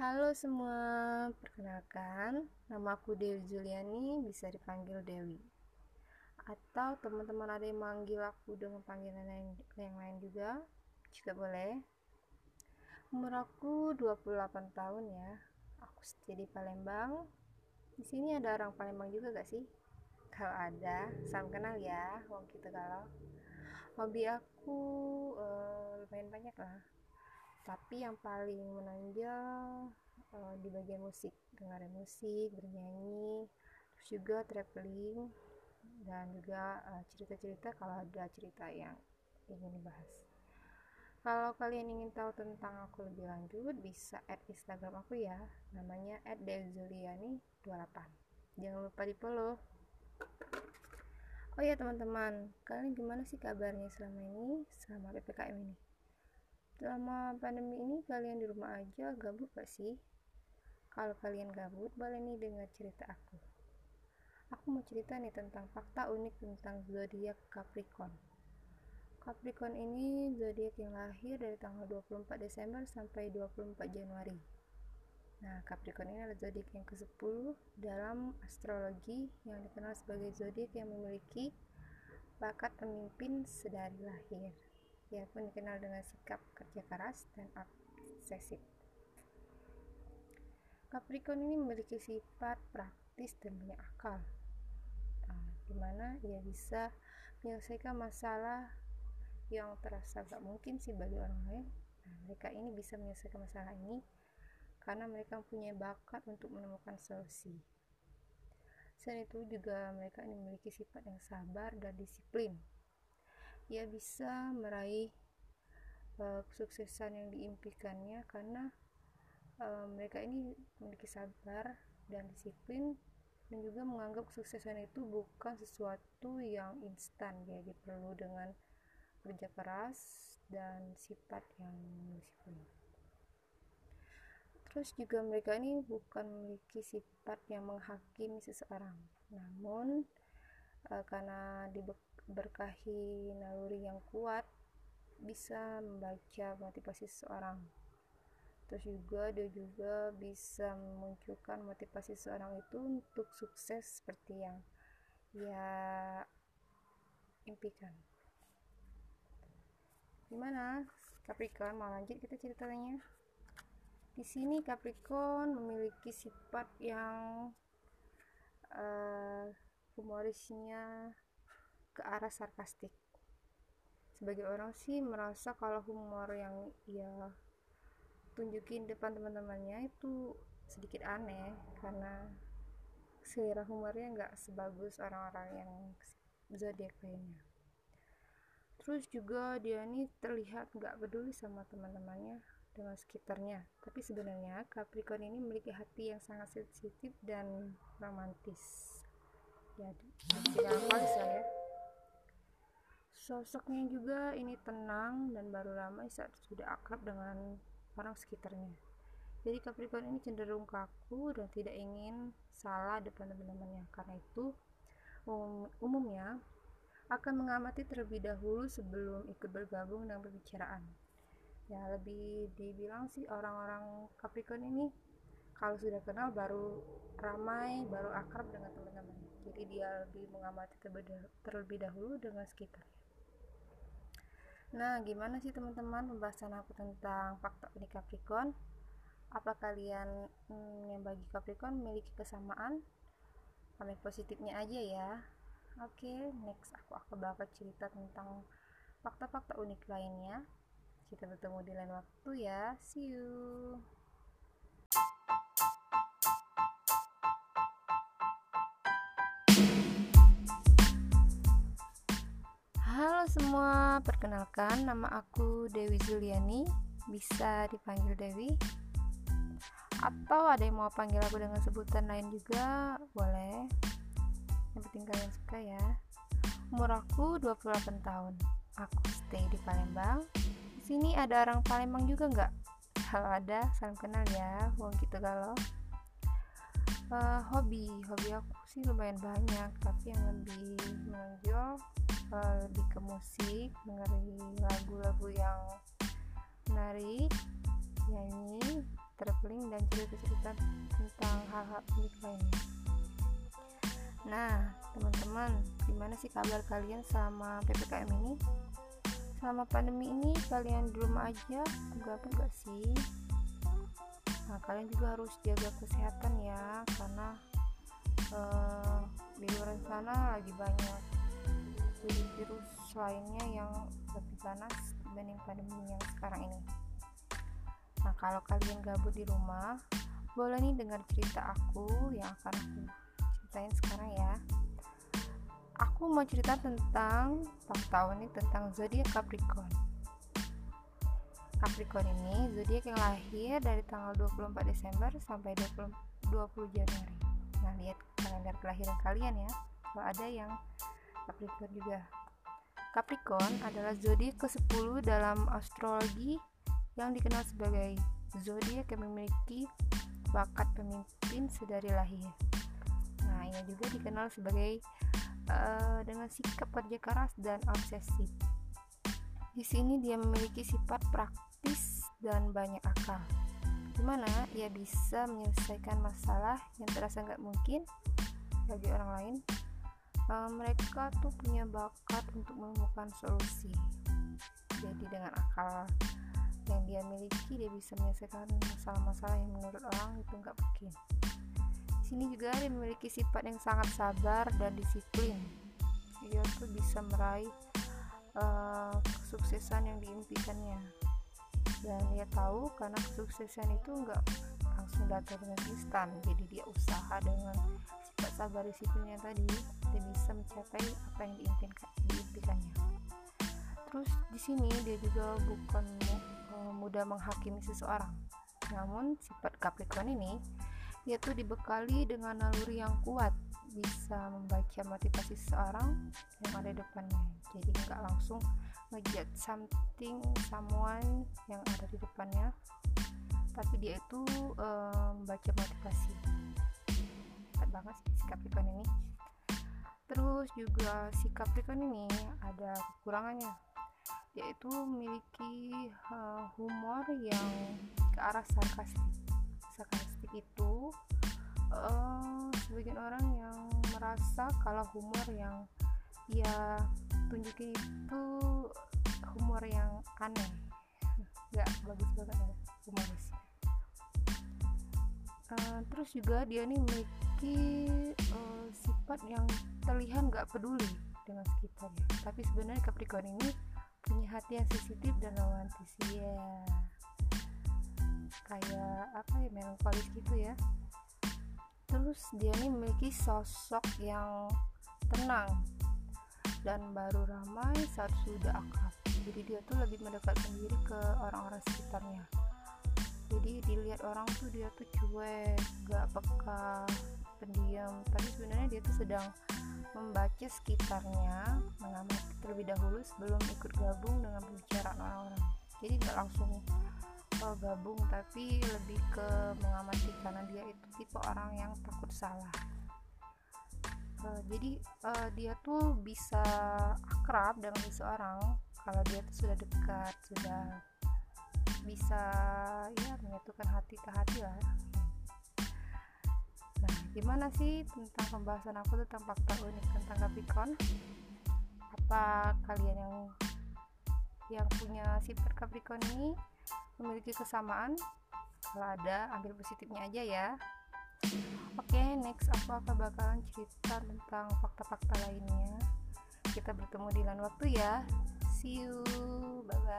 Halo semua, perkenalkan, nama aku Dewi Juliani, bisa dipanggil Dewi. Atau teman-teman ada yang manggil aku dengan panggilan yang lain juga boleh. Umur aku 28 tahun ya. Aku stay di Palembang. Di sini ada orang Palembang juga gak sih? Kalau ada, salam kenal ya. Wong gitu kalau. Hobi aku lumayan banyak lah. Tapi yang paling menonjol di bagian musik, dengerin musik, bernyanyi, terus juga traveling, dan juga cerita-cerita kalau ada cerita yang ingin dibahas. Kalau kalian ingin tahu tentang aku lebih lanjut, bisa add Instagram aku ya, namanya @dezuliani28. Jangan lupa di follow. Oh ya teman-teman, kalian gimana sih kabarnya selama ini, selama PPKM ini? Selama pandemi ini kalian di rumah aja gabut gak sih? Kalau kalian gabut, boleh nih dengar cerita aku. Aku mau cerita nih tentang fakta unik tentang zodiak Capricorn. Capricorn ini zodiak yang lahir dari tanggal 24 Desember sampai 24 Januari. Nah, Capricorn ini adalah zodiak yang ke-10 dalam astrologi yang dikenal sebagai zodiak yang memiliki bakat pemimpin sedari lahir. Ia pun dikenal dengan sikap kerja keras dan obsesif. Capricorn ini memiliki sifat praktis dan banyak akal, di mana ia bisa menyelesaikan masalah yang terasa gak mungkin sih bagi orang lain. Mereka ini bisa menyelesaikan masalah ini karena mereka mempunyai bakat untuk menemukan solusi. Selain itu juga mereka ini memiliki sifat yang sabar dan disiplin. Ia bisa meraih kesuksesan yang diimpikannya karena mereka ini memiliki sabar dan disiplin, dan juga menganggap kesuksesan itu bukan sesuatu yang instan, jadi perlu dengan kerja keras dan sifat yang disiplin. Terus juga mereka ini bukan memiliki sifat yang menghakimi seseorang, namun karena diberkahi naluri yang kuat, bisa membaca motivasi seseorang. Terus juga dia juga bisa memunculkan motivasi seseorang itu untuk sukses seperti yang ia impikan. Gimana Capricorn, mau lanjut kita ceritanya? Di sini Capricorn memiliki sifat yang humorisnya ke arah sarkastik. Sebagai orang sih merasa kalau humor yang ia tunjukin depan teman-temannya itu sedikit aneh, karena selera humornya nggak sebagus orang-orang yang zodiak lainnya. Terus juga dia ini terlihat nggak peduli sama teman-temannya dengan sekitarnya, tapi sebenarnya Capricorn ini memiliki hati yang sangat sensitif dan romantis. Ya, tidak romantis lah ya. Sosoknya juga ini tenang dan baru ramai saat sudah akrab dengan orang sekitarnya. Jadi Capricorn ini cenderung kaku dan tidak ingin salah depan teman-temannya. Karena itu umumnya akan mengamati terlebih dahulu sebelum ikut bergabung dalam pembicaraan. Ya, lebih dibilang sih orang-orang Capricorn ini kalau sudah kenal baru ramai, baru akrab dengan teman-teman. Jadi dia lebih mengamati terlebih dahulu dengan sekitarnya. Nah, gimana sih teman-teman pembahasan aku tentang fakta unik Capricorn? Apa kalian yang bagi Capricorn memiliki kesamaan? Ambil positifnya aja ya. Oke, next aku bakal cerita tentang fakta-fakta unik lainnya. Kita bertemu di lain waktu ya. See you. Halo semua, perkenalkan nama aku Dewi Juliani, bisa dipanggil Dewi. Atau ada yang mau panggil aku dengan sebutan lain juga boleh. Yang penting kalian suka ya. Umur aku 28 tahun. Aku stay di Palembang. Di sini ada orang Palembang juga nggak? Kalau ada, salam kenal ya. Wong gitu kalau. Hobi aku sih lumayan banyak, tapi yang lebih menonjol lebih ke musik, dengerin lagu-lagu yang menarik, nyanyi, traveling dan cerita-cerita tentang hal-hal unik lainnya. Nah, teman-teman, gimana sih kabar kalian selama PPKM ini? Selama pandemi ini kalian di rumah aja, gabut gak sih? Nah, kalian juga harus jaga kesehatan ya, karena di luar sana lagi banyak virus lainnya yang lebih ganas dibanding pandemi yang sekarang ini. Nah, kalau kalian gabut di rumah, boleh nih dengar cerita aku yang akan aku ceritain sekarang ya. Aku mau cerita tentang fakta unik tentang zodiak Capricorn. Capricorn ini zodiak yang lahir dari tanggal 24 Desember sampai 20 Januari. Nah, lihat kalender kelahiran kalian ya, kalau ada yang Capricorn juga. Capricorn adalah zodiak ke-10 dalam astrologi yang dikenal sebagai zodiak yang memiliki bakat pemimpin sedari lahir. Nah, ia juga dikenal sebagai dengan sikap kerja keras dan obsesif. Di sini dia memiliki sifat praktis dan banyak akal. Gimana ia bisa menyelesaikan masalah yang terasa nggak mungkin bagi orang lain. Mereka tuh punya bakat untuk menemukan solusi. Jadi dengan akal yang dia miliki, dia bisa menyelesaikan masalah-masalah yang menurut orang itu nggak mungkin. Di sini juga dia memiliki sifat yang sangat sabar dan disiplin. Dia tuh bisa meraih kesuksesan yang diimpikannya. Dan dia tahu karena kesuksesan itu nggak langsung datang dengan instan, jadi dia usaha dengan sifat sabar disiplinnya tadi, dia bisa mencapai apa yang diimpikannya. Terus di sini dia juga bukan mudah menghakimi seseorang, namun sifat Capricorn ini dia tuh dibekali dengan naluri yang kuat, bisa membaca motivasi seseorang yang ada di depannya, jadi nggak langsung ngejudge someone yang ada di depannya, tapi dia itu membaca motivasi. Hebat banget sih si Capricorn ini. Terus juga si Capricorn ini ada kekurangannya, yaitu memiliki humor yang ke arah sarkastik. Sarkastik itu sebagian orang yang merasa kalau humor yang dia tunjukin itu humor yang aneh, nggak bagus banget ya humoris. Terus juga dia nih memiliki sifat yang terlihat nggak peduli dengan sekitarnya, tapi sebenarnya Capricorn ini punya hati yang sensitif dan romantis ya, kayak apa ya, melankolis gitu ya. Terus dia nih memiliki sosok yang tenang dan baru ramai saat sudah akrab. Jadi dia tuh lebih mendekatkan diri ke orang-orang sekitarnya. Jadi dilihat orang tuh dia tuh cuek, gak peka, pendiam, tapi sebenarnya dia tuh sedang membaca sekitarnya, mengamati terlebih dahulu sebelum ikut gabung dengan pembicaraan orang-orang. Jadi gak langsung gabung, tapi lebih ke mengamati karena dia itu tipe orang yang takut salah. Jadi dia tuh bisa akrab dengan seseorang kalau dia tuh sudah dekat, sudah bisa ya menyatukan hati ke hati lah. Nah, gimana sih tentang pembahasan aku tentang fakta unik tentang Capricorn? Apa kalian yang punya sifat Capricorn ini memiliki kesamaan? Kalau ada, ambil positifnya aja ya. Oke, next aku akan bakalan cerita tentang fakta-fakta lainnya. Kita bertemu di lain waktu ya. See you, bye bye.